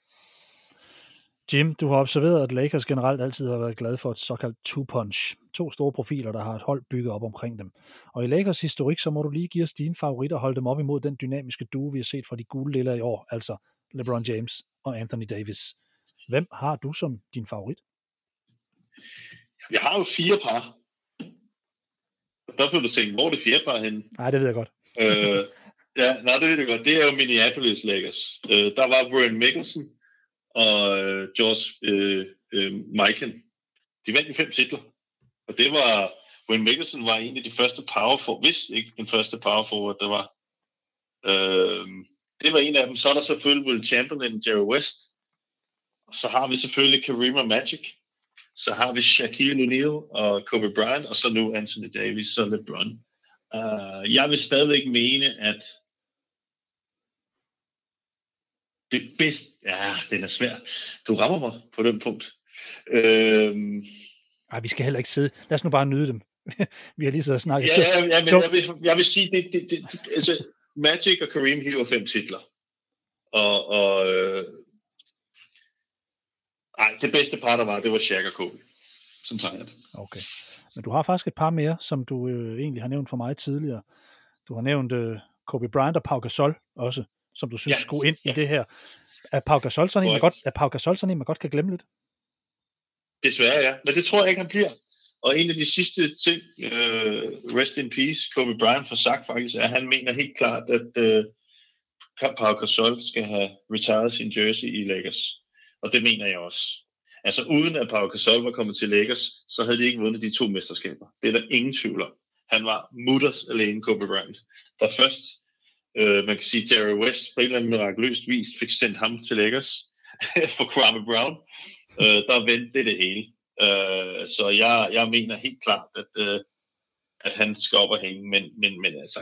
Jim, du har observeret, at Lakers generelt altid har været glade for et såkaldt two-punch. 2 store profiler, der har et hold bygget op omkring dem. Og i Lakers historik, så må du lige give os dine favoritter og holde dem op imod den dynamiske duo, vi har set fra de gule liller i år, altså LeBron James og Anthony Davis. Hvem har du som din favorit? Jeg har jo 4 par. Der får du tænke, hvor er det 4 par henne? Nej, det ved jeg godt. Det ved jeg godt. Det er jo Minneapolis Lakers. Der var Vern Mikkelsen og George Mikan. De vandt 5 titler. Og det var, Vern Mikkelsen var en af de første power forward, hvis ikke den første power forward, der var. Det var en af dem. Så er der selvfølgelig Will Chamberlain og Jerry West. Og så har vi selvfølgelig Kareem og Magic. Så har vi Shaquille O'Neal og Kobe Bryant, og så nu Anthony Davis og LeBron. Jeg vil stadigvæk mene, at det bedste... Ja, den er svær. Du rammer mig på den punkt. Ej, vi skal heller ikke sidde. Lad os nu bare nyde dem. Vi har lige siddet og snakket. Men jeg vil sige, altså, Magic og Kareem hiver 5 titler. Det bedste par, der var, det var Shaq og Kobe. Sådan tager jeg det. Okay. Men du har faktisk et par mere, som du egentlig har nævnt for mig tidligere. Du har nævnt Kobe Bryant og Pau Gasol også, som du synes skulle ind i det her. Er Pau Gasol sådan en, man godt kan glemme lidt? Desværre, ja. Men det tror jeg ikke, han bliver. Og en af de sidste ting, rest in peace, Kobe Bryant får sagt faktisk, er, at han mener helt klart, at Pau Gasol skal have retired sin jersey i Lakers. Og det mener jeg også. Altså uden at Pau Gasol var kommet til Lakers, så havde de ikke vundet de 2 mesterskaber. Det er der ingen tvivl om. Han var mutters alene, Kobe Bryant. Der først, man kan sige, Jerry West på en eller anden mirakuløst vis fik sendt ham til Lakers for Kwame Brown. Der vendte det hele. Så jeg mener helt klart, at han skal op og hænge, men altså,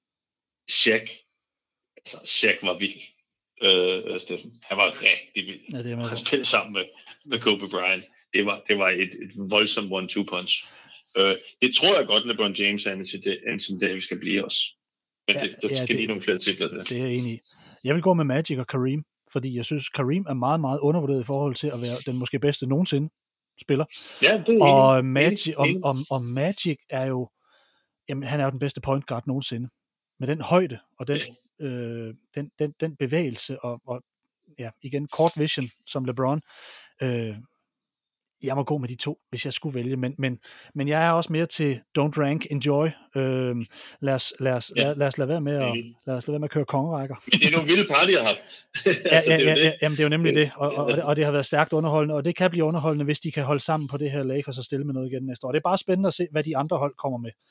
Shaq var vild. Steffen. Han var rigtig vild. Ja, det er han spillede sammen med Kobe Bryant. Det var et voldsomt 1-2 punch. Det tror jeg godt, LeBron James og Anthony Davis skal blive også. Men det skal lige nogle flere titler til. Det er jeg enig i. Jeg vil gå med Magic og Kareem, fordi jeg synes, Kareem er meget, meget undervurderet i forhold til at være den måske bedste nogensinde spiller. Ja, det er og Magic er jo, jamen, han er jo den bedste point guard nogensinde. Med den højde og den bevægelse og ja, igen, court vision som LeBron. Jeg må gå med de to, hvis jeg skulle vælge, men jeg er også mere til don't rank, enjoy. Lad os lade være med at køre kongerækker. Men det er nogle vilde party, jeg har haft. Jamen det er jo nemlig det, og det har været stærkt underholdende, og det kan blive underholdende, hvis de kan holde sammen på det her Lakers og stille med noget igen næste år. Det er bare spændende at se, hvad de andre hold kommer med.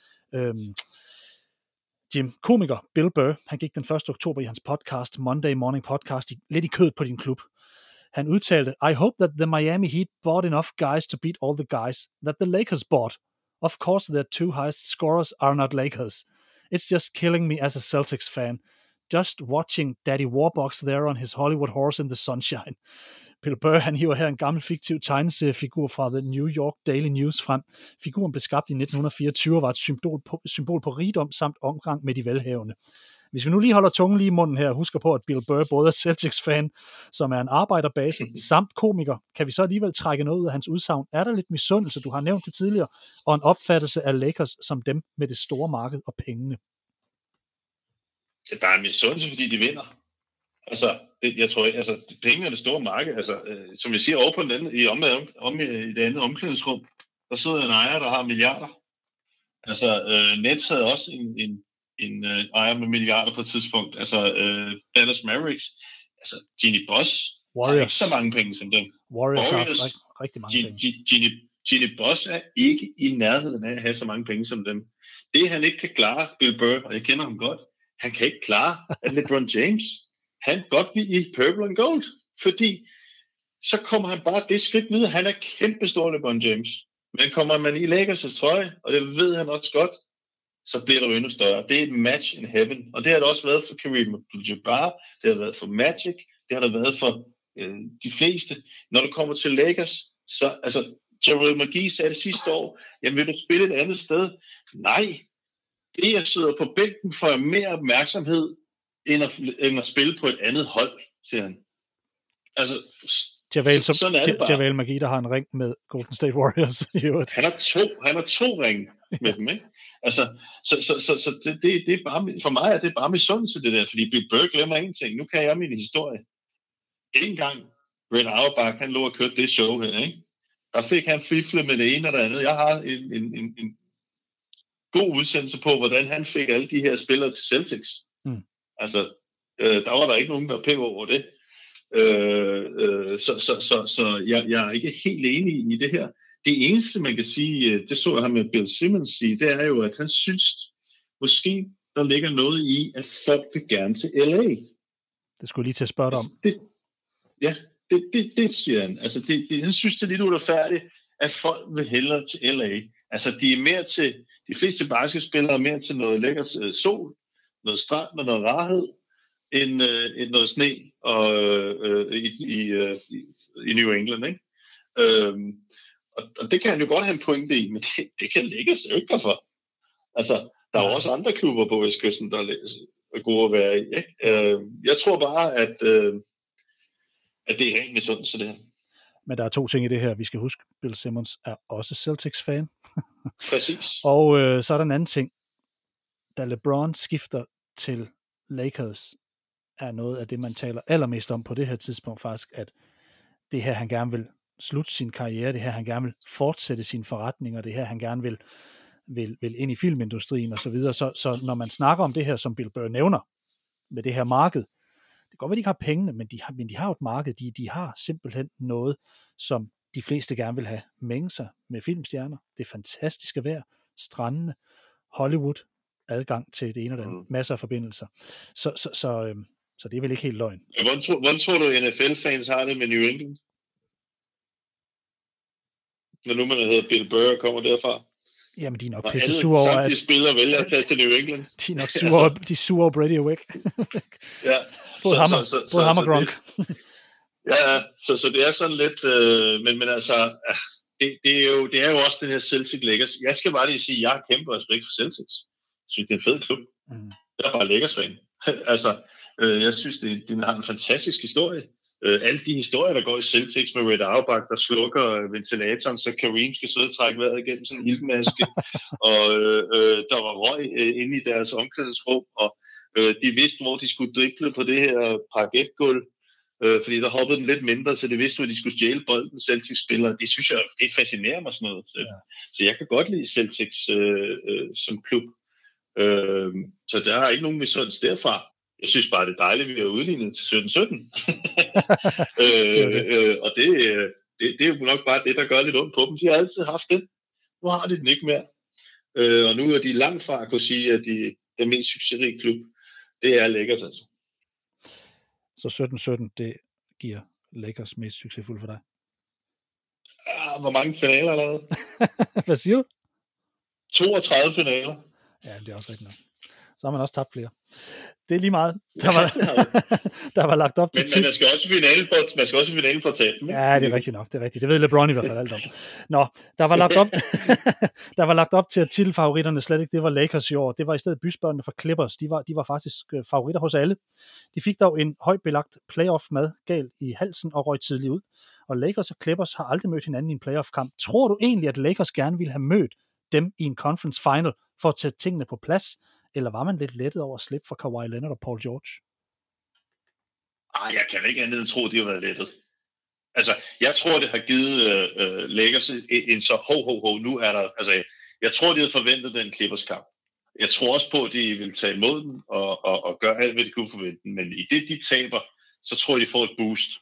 Jim, komiker Bill Burr, han gik den 1. oktober i hans podcast, Monday Morning Podcast, lidt i kødet på din klub. Han udtalte, I hope that the Miami Heat bought enough guys to beat all the guys that the Lakers bought. Of course, their two highest scorers are not Lakers. It's just killing me as a Celtics fan. Just watching Daddy Warbucks there on his Hollywood horse in the sunshine. Bill Burr, han hiver her en gammel fiktiv tegneseriefigur fra The New York Daily News frem. Figuren blev skabt i 1924 og var et symbol på rigdom samt omgang med de velhavende. Hvis vi nu lige holder tungen lige i munden her, husker på, at Bill Burr både er Celtics-fan, som er en arbejderbase, samt komiker, kan vi så alligevel trække noget ud af hans udsagn. Er der lidt misundelse, du har nævnt det tidligere, og en opfattelse af Lakers som dem med det store marked og pengene? Ja, der er en misundelse, fordi de vinder. Altså, jeg tror ikke, altså, penge er det store marked. Altså, som jeg siger, over på den anden, i det andet omklædningsrum, der sidder en ejer, der har milliarder. Altså, Nets havde også en ejer med milliarder på et tidspunkt. Altså, Dallas Mavericks, altså, Jeannie Buss har ikke så mange penge som dem. Warriors har rigtig mange penge. Jeannie Buss er ikke i nærheden af at have så mange penge som dem. Det han ikke kan klare, Bill Burr, og jeg kender ham godt, han kan ikke klare, at LeBron James, han godt vil i purple and gold, fordi så kommer han bare det skridt videre. Han er kæmpestor, LeBron James. Men kommer man i Lakers' trøje, og det ved han også godt, så bliver det endnu større. Det er et match in heaven, og det har det også været for Kareem Abdul-Jabbar, det har været for Magic, det har det været for de fleste. Når det kommer til Lakers, så, altså, Javel McGee sagde det sidste år, jamen vil du spille et andet sted? Nej, det jeg sidder på bænken får mere opmærksomhed, end at spille på et andet hold, siger han. Altså, sådan er det bare. Javel McGee, der har en ring med Golden State Warriors. Han har to ring med dem, ikke? Altså, så det er bare, for mig er det bare misundelse det der, fordi Bill Burr glemmer ingenting. Nu kan jeg min historie. En gang, Red Auerbach, han lå og kørte det show her, ikke? Der fik han fifle med det ene og det andet. Jeg har en god udsendelse på, hvordan han fik alle de her spillere til Celtics. Altså, der var der ikke nogen, der pæv over det. Så jeg er ikke helt enig i det her. Det eneste, man kan sige, det så jeg ham med Bill Simmons sige, det er jo, at han synes, måske der ligger noget i, at folk vil gerne til LA. Det skulle lige til at spørge dig om. Det siger han. Altså, han synes, det er lidt uretfærdigt, at folk vil hellere til LA. Altså, de fleste basketspillere er mere til noget lækkert sol, noget strand og noget rarhed, end noget sne i New England, ikke? Og det kan han jo godt have en pointe i, men det kan Lakers jo ikke for. Altså, der er jo også andre klubber på Vestkysten, der er gode at være i, ikke? Jeg tror bare, at det er rent misundelse, det her. Men der er to ting i det her, vi skal huske. Bill Simmons er også Celtics-fan. Præcis. Og så er der en anden ting. Da LeBron skifter til Lakers, er noget af det, man taler allermest om på det her tidspunkt faktisk, at det her, han gerne vil slutte sin karriere, det her, han gerne vil fortsætte sine forretninger, det her, han gerne vil ind i filmindustrien og så videre. Så når man snakker om det her, som Bill Burr nævner, med det her marked, det kan godt være, de ikke har pengene, men de har jo et marked, de har simpelthen noget, som de fleste gerne vil have. Mænge sig med filmstjerner, det fantastiske vejr, strandene, Hollywood, adgang til det ene og det andet, masser af forbindelser. Så det er vel ikke helt løgn. Hvordan tror du, NFL-fans har det med New England? når nu man hedder Bill Burr kommer derfra. Jamen, de er nok Når pisse sure over, at spillere vælger at tage til New England. De er nok sure, de er sure over Brady og væk. Ja. Både ham og Gronk. Så det er sådan lidt, men altså, det er jo også den her Celtic Lakers. Jeg skal bare lige sige, at jeg har kæmpe respekt for Celtics. Jeg synes, det er en fed klub. Jeg er bare Lakers-fan. Altså, jeg synes, det har en fantastisk historie. Alle de historier, der går i Celtics med Red Auerbach, der slukker ventilatoren, så Kareem skal sidde og trække vejret igennem sådan en ildmaske, og der var røg inde i deres omklædningsrum, og de vidste, hvor de skulle drible på det her parketgulv, fordi der hoppede den lidt mindre, så de vidste, hvor de skulle stjæle bolden, Celtics spillere. Det synes jeg, det fascinerer mig sådan noget. Så jeg kan godt lide Celtics som klub. Så der er ikke nogen misundelse derfra. Jeg synes bare, det er dejligt, at vi er udlignet til 17-17. Og det er jo nok bare det, der gør lidt ondt på dem. De har altid haft det. Nu har de den ikke mere. Og nu er de langt fra at kunne sige, at den mest succesrige klub, det er Lakers altså. Så 17-17, det giver Lakers mest succesfulde for dig? Ja, hvor mange finaler allerede? Hvad siger du? 32 finaler. Ja, det er også rigtigt nok. Så har man også tabt flere. Det er lige meget. Der var lagt op til... Men man skal også finale for at tabe. Ja, det er rigtigt nok. Det er rigtigt. Det ved LeBron i hvert fald alt om. Nå, der var lagt op til, at titelfavoritterne slet ikke, det var Lakers i år. Det var i stedet bysbørnene fra Clippers. De var faktisk favoritter hos alle. De fik dog en højt belagt playoff-mad galt i halsen og røg tidligt ud. Og Lakers og Clippers har aldrig mødt hinanden i en playoff-kamp. Tror du egentlig, at Lakers gerne ville have mødt dem i en conference final for at tage tingene på plads? Eller var man lidt lettet over at slippe for Kawhi Leonard og Paul George? Jeg kan ikke andet end tro, at de har været lettet. Altså, jeg tror, det har givet Lakers en så nu er der... Altså, jeg tror, de havde forventet den Clippers-kamp. Jeg tror også på, at de vil tage imod den og gøre alt, hvad de kunne forvente. Men i det, de taber, så tror jeg, de får et boost.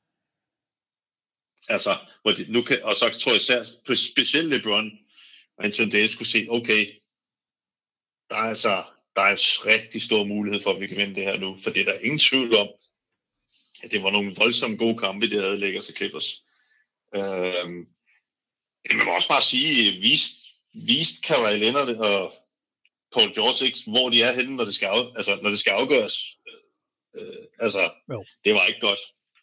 Altså, hvor de nu kan, og så tror jeg især, specielt LeBron og Anthony Davis kunne se, okay, der er en rigtig stor mulighed for, at vi kan vinde det her nu, for det er der ingen tvivl om, at det var nogle voldsomt gode kampe, det havde Lakers og Clippers. Man må også bare sige, vist Kawhi Leonard og Paul George ikke, hvor de er henne, når det skal afgøres. Det var ikke godt.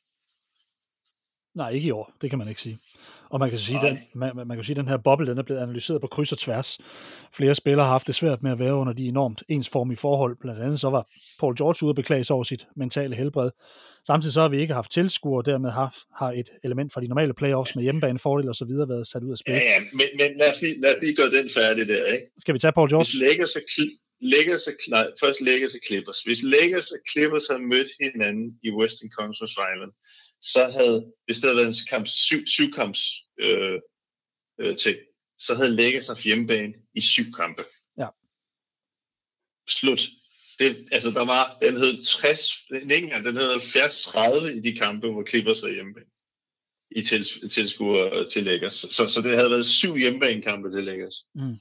Nej, ikke i år. Det kan man ikke sige. Og man kan sige, man kan sige, at den her boble, den er blevet analyseret på kryds og tværs. Flere spillere har haft det svært med at være under de enormt ensformige forhold. Blandt andet så var Paul George ude at beklage sig over sit mentale helbred. Samtidig så har vi ikke haft tilskuere, og dermed har et element fra de normale playoffs med hjemmebanefordel og så videre været sat ud af spil. Ja, men lad os lige gøre den færdig der, ikke? Skal vi tage Paul George? Hvis Lakers og Clippers. Hvis Lakers og Clippers havde mødt hinanden i Western Conference Final, så hvis det havde været en kamp, syv kamps ting, så havde Lakers haft hjemmebane i 7 kampe. Ja. Slut. Den hed 60, den hed 70-30 i de kampe, hvor Clippers havde hjemmebane i tilskuere til Lakers. Så det havde været 7 hjemmebanekampe til Lakers. Mm.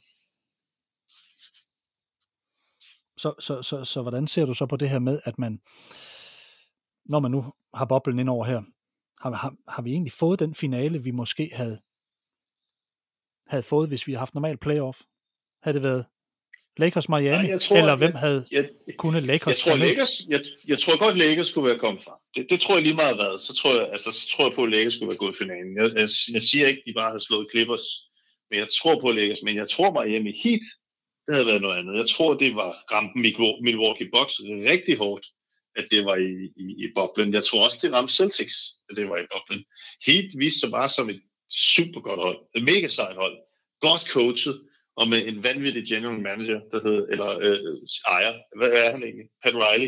Så hvordan ser du så på det her med, at man, når man nu har boblen ind over her, har vi egentlig fået den finale, vi måske havde fået, hvis vi havde haft normal playoff? Havde det været Lakers Miami, eller hvem havde kunnet Lakers? Jeg tror godt, Lakers skulle være kommet fra. Det tror jeg lige meget været. Så tror jeg på, at Lakers skulle være gået i finalen. Jeg siger ikke, at de bare havde slået Clippers, men jeg tror på Lakers. Men jeg tror Miami Heat, det havde været noget andet. Jeg tror, det var ramt Milwaukee Bucks rigtig hårdt, at det var i boblen. Jeg tror også, det ramte Celtics, at det var i boblen. Heat viste sig bare som et super godt hold. Et mega sejt hold. Godt coachet, og med en vanvittig general manager, der hed, ejer. Hvad er han egentlig? Pat Riley.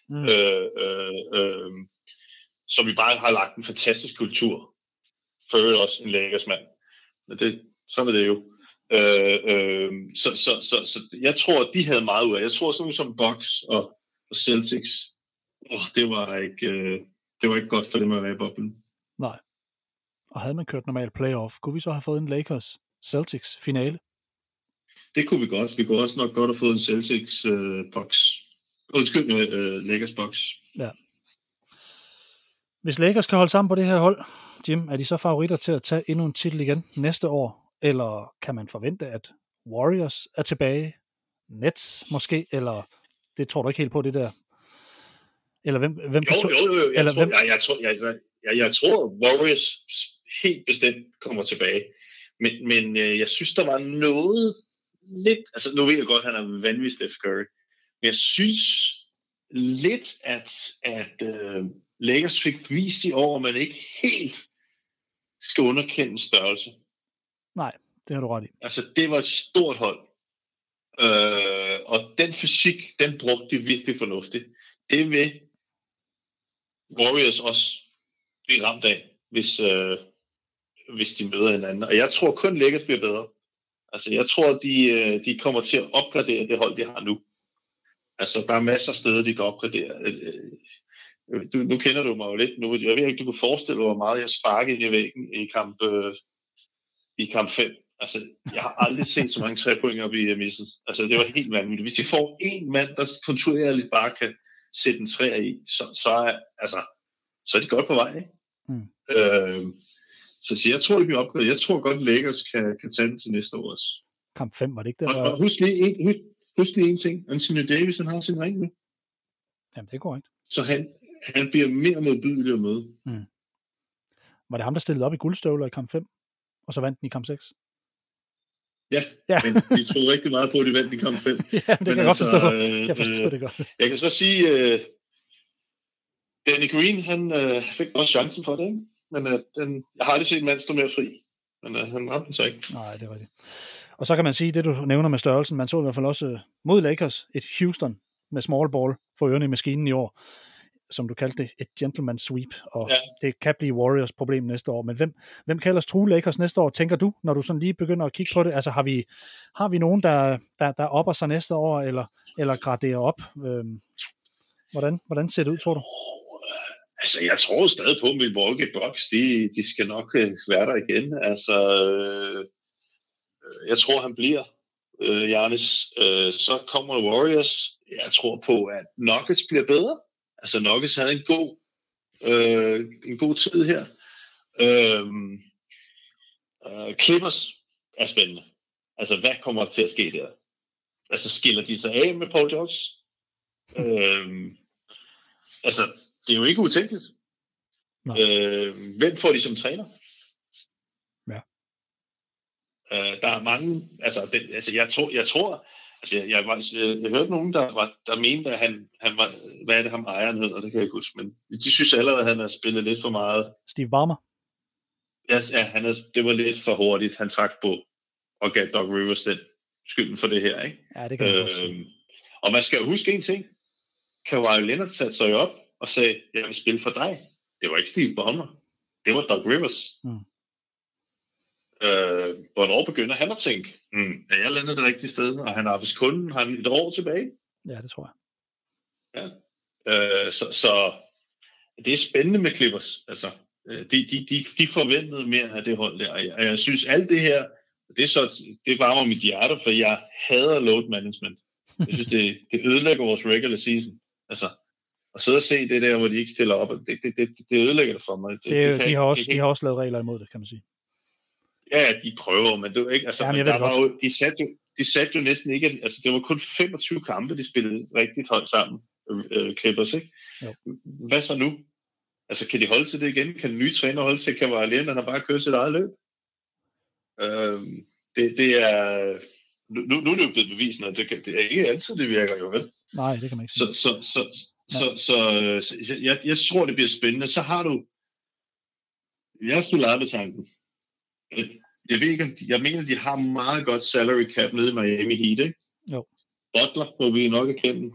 Som vi bare har lagt en fantastisk kultur. For øvrigt også en Lakers mand. Sådan er det jo. Så jeg tror, de havde meget ud af. Jeg tror sådan som Bucks og Celtics, det var ikke godt for dem at være i boblen. Nej. Og havde man kørt normal playoff, kunne vi så have fået en Lakers Celtics finale? Det kunne vi godt. Vi kunne også nok godt have fået en Celtics Bucks. Lakers Bucks. Ja. Hvis Lakers kan holde sammen på det her hold, Jim, er de så favoritter til at tage endnu en titel igen næste år? Eller kan man forvente, at Warriors er tilbage? Nets måske? Eller det tror du ikke helt på, det der? Eller hvem kan Jeg tror, Warriors helt bestemt kommer tilbage. Men jeg synes, der var noget lidt... Altså, nu ved jeg godt, at han er vanvittig Steph Curry. Men jeg synes lidt, at Lakers fik vist i år, at man ikke helt skal underkende størrelse. Nej, det har du ret i. Altså, det var et stort hold. Og den fysik, den brugte de virkelig fornuftigt. Det vil Warriors også blive ramt af, hvis de møder hinanden. Og jeg tror kun Lakers bliver bedre. Altså, jeg tror, de kommer til at opgradere det hold, de har nu. Altså, der er masser af steder, de kan opgradere. Nu kender du mig jo lidt nu. Jeg ved ikke, du kunne forestille dig, hvor meget jeg sparkede i væggen i kamp 5. Altså, jeg har aldrig set så mange 3-pointer blive misset. Altså, det var helt vanvittigt. Hvis de får en mand, der kontinuerligt bare kan sætte en træer i, så er de godt på vej, ikke? Så jeg tror, det bliver opgraderet. Jeg tror godt, Lakers kan tage den til næste år også. Kamp 5, var det ikke det? Og husk lige en ting. Anthony Davis, han har sin ring nu. Jamen, det er korrekt. Så han bliver mere modbydelig at møde. Var det ham, der stillede op i guldstøvler i kamp 5, og så vandt den i kamp 6? Ja, men de troede rigtig meget på, at de vandt i kamp 5. Ja, det kan jeg godt forstå. Jeg forstår det godt. Jeg kan så sige, Danny Green, han fik også chancen for det, ikke? Men jeg har aldrig set en mand stå mere fri. Men han ramte den så ikke. Nej, det er rigtigt. Og så kan man sige, det du nævner med størrelsen, man så i hvert fald også mod Lakers, et Houston med small ball for ørerne i maskinen i år, som du kaldte det, et gentleman sweep, og det kan blive Warriors problem næste år. Men hvem kan ellers true Lakers næste år, tænker du, når du sådan lige begynder at kigge på det? Altså har vi nogen, der opper sig næste år, eller graderer op? Hvordan ser det ud, tror du? Altså, jeg tror stadig på, at Milwaukee Bucks, de skal nok være der igen. Altså, jeg tror, han bliver Giannis. Så kommer Warriors. Jeg tror på, at Nuggets bliver bedre. Altså, Nuggets havde en god tid her. Clippers er spændende. Altså, hvad kommer der til at ske der? Altså, skiller de sig af med Paul George? Altså, det er jo ikke utænkeligt. Hvem får de som træner? Ja. Der er mange... Jeg hørte nogen, der mente, at han var... Hvad er det, ham ejeren hedder? Det kan jeg ikke huske. Men de synes allerede, at han har spillet lidt for meget. Steve Ballmer? Ja, det var lidt for hurtigt. Han trak på og gav Doc Rivers den skylden for det her, ikke? Ja, det kan man godt sige. Og man skal jo huske en ting. Kawhi Leonard satte sig op og sagde, jeg vil spille for dig. Det var ikke Steve Ballmer. Det var Doc Rivers. Hvornår begynder han at tænke, er jeg landet det rigtige sted? Og han har vist kunden, har han et år tilbage? Ja, det tror jeg. Ja. Så det er spændende med Clippers. Altså, de forventede mere af det hold der. Jeg synes alt det her, det varmer mit hjerte, for jeg hader load management. Jeg synes, det ødelægger vores regular season. Altså, at sidde og se det der, hvor de ikke stiller op, det ødelægger det for mig. De har også lavet regler imod det, kan man sige. Ja, de prøver, men det er ikke... Altså, jamen, de satte jo næsten ikke... Altså, det var kun 25 kampe, de spillede rigtig højt sammen, Clippers, ikke? Jo. Hvad så nu? Altså, kan de holde til det igen? Kan den nye træner holde til Kawhi Leonard, han har bare kørt sit eget løb? Det er... Nu er det jo blevet bevist, at det er ikke altid, det virker jo, vel? Nej, det kan man ikke sige. Så jeg tror, det bliver spændende. Så har du... Jeg skulle lade med tanken. Jeg mener, de har meget godt salary cap nede i Miami Heat, ikke? Jo. Butler, hvor vi nok erkende,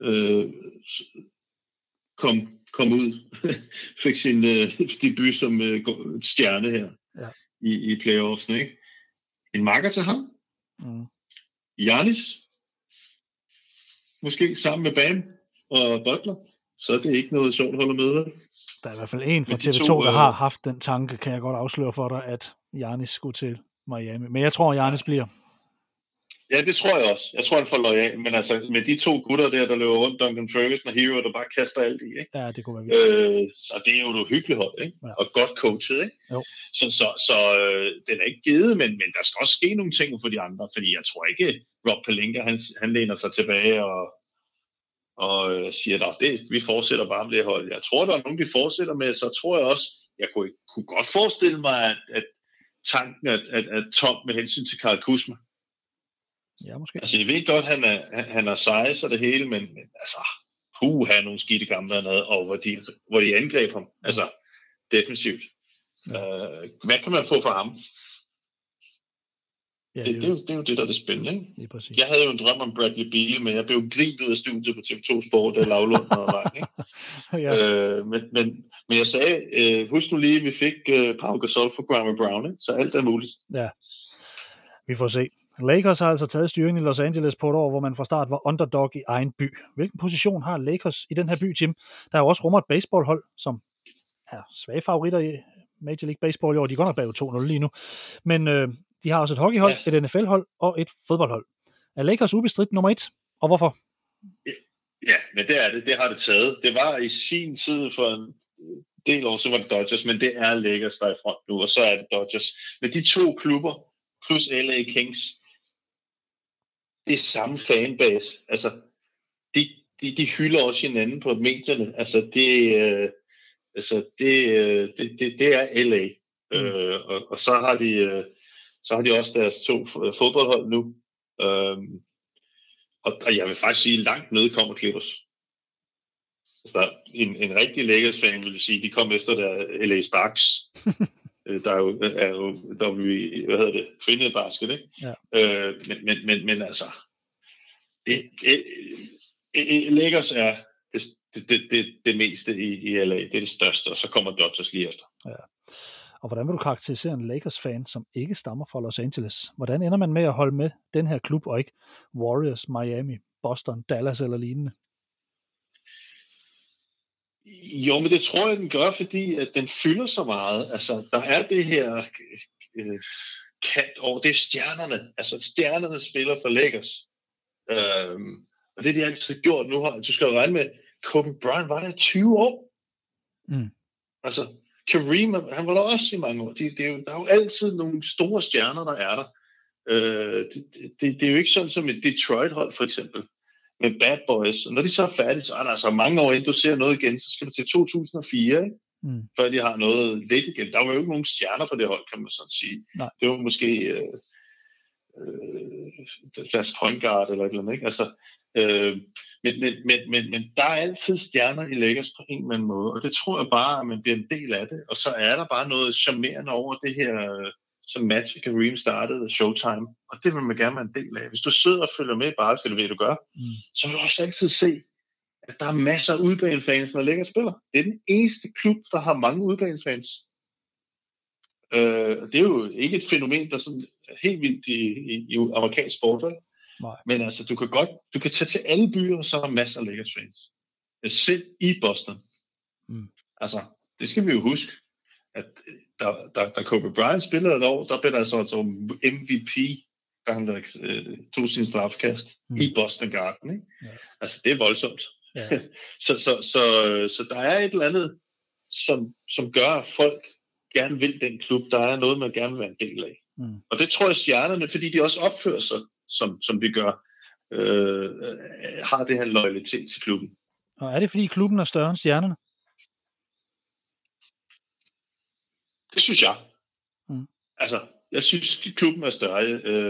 kom ud, fik sin debut som stjerne her i playoffsene, ikke? En makker til ham. Giannis, måske sammen med Bam og Butler, så er det ikke noget sjovt at holde med. Der er i hvert fald en fra TV2, der har haft den tanke, kan jeg godt afsløre for dig, at Giannis skulle til Miami. Men jeg tror, Giannis bliver. Ja, det tror jeg også. Jeg tror, han får loyal. Men altså, med de to gutter der løber rundt, Duncan Ferguson og Hero, der bare kaster alt i, ikke? Ja, det kunne være vildt. Så det er jo et hyggeligt hold, ikke? Ja. Og godt coachet, ikke? Jo. Så den er ikke givet, men der skal også ske nogle ting for de andre, fordi jeg tror ikke, Rob Pelinka, han læner sig tilbage og siger, vi fortsætter bare med det hold. Jeg tror, der er nogen, vi fortsætter med, så tror jeg også, jeg kunne godt forestille mig, at tanken, at Tom med hensyn til Karl Kuzma. Ja, måske. Altså, jeg ved godt, han er size og det hele, men altså, han nogle skidte kampe, han havde, og hvor de angreb ham. Altså, defensivt. Ja. Hvad kan man få for ham? Ja, det er jo det, der er det spændende, ikke? Det er præcis. Jeg havde jo en drøm om Bradley Beal, men jeg blev grint ud af studiet på TV2 Sport, da Lavlund var vej, ikke? Ja. Men jeg sagde, husk nu lige, at vi fik Pau Gasol for Graham Brown, ikke? Så alt er muligt. Ja, vi får se. Lakers har altså taget styringen i Los Angeles på et år, hvor man fra start var underdog i egen by. Hvilken position har Lakers i den her by, Jim? Der er jo også rummer et baseballhold, som er svage favoritter i Major League Baseball i år. De går nok bag 2-0 lige nu. Men de har også et hockeyhold, et NFL-hold og et fodboldhold. Er Lakers ubestridt nummer 1? Og hvorfor? Ja, men det er det. Det har det taget. Det var i sin tid for en del år, så var det Dodgers, men det er Lakers, der er i front nu, og så er det Dodgers. Men de to klubber, plus LA Kings, det er samme fanbase. Altså, de hylder også hinanden på medierne. Altså, det er LA. Og så har de også deres to fodboldhold nu. Og jeg vil faktisk sige, langt nede kommer Clippers. Altså, en rigtig Lakers-fan vil sige, de kom efter der LA Sparks. Der er jo kvindebasket, ikke? Ja. Men altså, Lakers er det meste i LA. Det er det største, og så kommer Dodgers lige efter. Ja. Og hvordan vil du karakterisere en Lakers-fan, som ikke stammer fra Los Angeles? Hvordan ender man med at holde med den her klub, og ikke Warriors, Miami, Boston, Dallas eller lignende? Jo, men det tror jeg, den gør, fordi at den fylder så meget. Altså, der er det her kant over, det er stjernerne. Altså, stjernerne spiller for Lakers. Og det er de altid gjort nu. Du skal jo regne med, Kobe Bryant var der 20 år. Altså, Kareem, han var der også i mange år. Der er jo altid nogle store stjerner, der er der. Det er jo ikke sådan som et Detroit-hold, for eksempel, med Bad Boys. Og når de så er færdige, så er der altså mange år, inden du ser noget igen, så skal du til 2004, ikke? Før de har noget lidt igen. Der var jo ikke nogen stjerner på det hold, kan man sådan sige. Nej. Det var måske deres point guard eller et eller andet, ikke? Altså, men der er altid stjerner i Lakers på en eller anden måde, og det tror jeg bare, at man bliver en del af det. Og så er der bare noget charmerende over det her, som Magic og Kareem startede, Showtime, og det vil man gerne være en del af. Hvis du sidder og følger med i basket, det ved du gør, så vil du også altid se, at der er masser af udbanefans, når Lakers spiller. Det er den eneste klub, der har mange udbanefans. Det er jo ikke et fænomen, der er sådan helt vildt i amerikansk sport, vel? Nej. Men altså, du kan tage til alle byer, og så er der masser af Lakers fans. Selv i Boston. Altså, det skal vi jo huske, at da Kobe Bryant spillede et år, der blev der altså MVP, da han tog sin strafkast i Boston Garden, ikke? Ja. Altså, det er voldsomt. Ja. så der er et eller andet, som gør, at folk gerne vil den klub. Der er noget, man gerne vil være en del af. Og det tror jeg stjernerne, fordi de også opfører sig, som de gør, har det her loyalitet til klubben. Og er det, fordi klubben er større end stjernerne? Det synes jeg. Altså, jeg synes, klubben er større.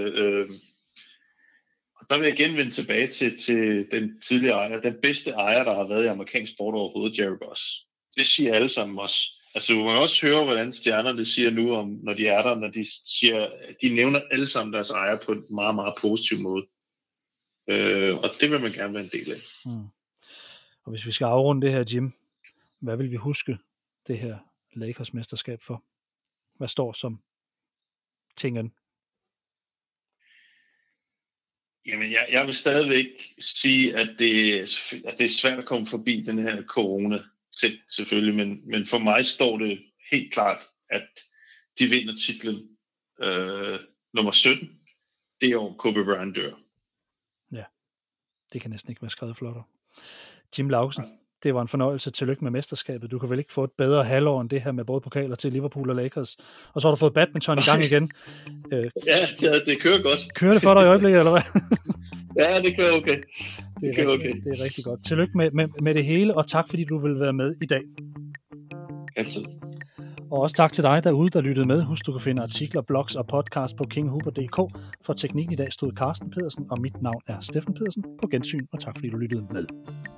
Og der vil jeg igen vende tilbage til den tidligere ejer. Den bedste ejer, der har været i amerikansk sport overhovedet, Jerry Buss. Det siger alle sammen også. Altså, du kan også høre, hvordan stjernerne siger nu, når de er der, når de siger, de nævner alle sammen deres ejer på en meget, meget positiv måde. Og det vil man gerne være en del af. Og hvis vi skal afrunde det her, Jim, hvad vil vi huske det her Lakers mesterskab for? Hvad står som tingen? Jamen, jeg vil stadigvæk sige, at det er svært at komme forbi den her corona, selvfølgelig, men for mig står det helt klart, at de vinder titlen nummer 17, det år Kobe Bryant dør. Ja, det kan næsten ikke være skrevet flottere. Jim Laugesen, det var en fornøjelse. Tillykke med mesterskabet. Du kan vel ikke få et bedre halvår end det her med både pokaler til Liverpool og Lakers. Og så har du fået badminton i gang igen. Ja, det kører godt. Kører det for dig i øjeblikket, eller hvad? Ja, det kører okay. Det er rigtig godt. Tillykke med det hele, og tak fordi du vil være med i dag. Altid. Og også tak til dig derude, der lyttede med. Husk, du kan finde artikler, blogs og podcast på kinghuber.dk. For teknikken i dag stod Carsten Pedersen, og mit navn er Steffen Pedersen. På gensyn, og tak fordi du lyttede med.